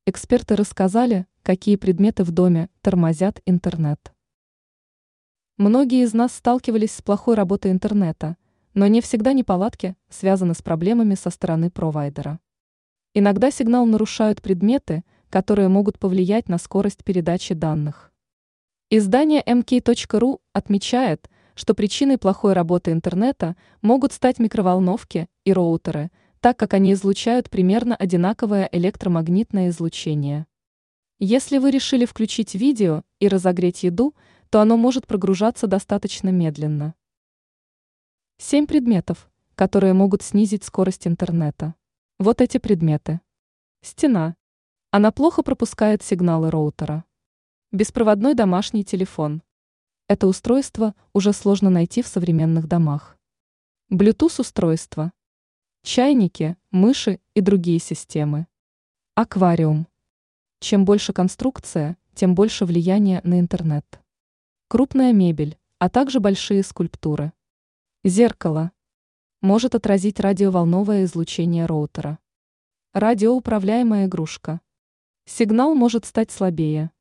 Эксперты рассказали, какие предметы в доме тормозят интернет. Многие из нас сталкивались с плохой работой интернета, но не всегда неполадки связаны с проблемами со стороны провайдера. Иногда сигнал нарушают предметы, которые могут повлиять на скорость передачи данных. Издание mk.ru отмечает, что причиной плохой работы интернета могут стать микроволновки и роутеры, так как они излучают примерно одинаковое электромагнитное излучение. Если вы решили включить видео и разогреть еду, то оно может прогружаться достаточно медленно. 7 предметов, которые могут снизить скорость интернета. Вот эти предметы. Стена. Она плохо пропускает сигналы роутера. Беспроводной домашний телефон. Это устройство уже сложно найти в современных домах. Bluetooth-устройство. Чайники, мыши и другие системы. Аквариум. Чем больше конструкция, тем больше влияние на интернет. Крупная мебель, а также большие скульптуры. Зеркало. Может отразить радиоволновое излучение роутера. Радиоуправляемая игрушка. Сигнал может стать слабее.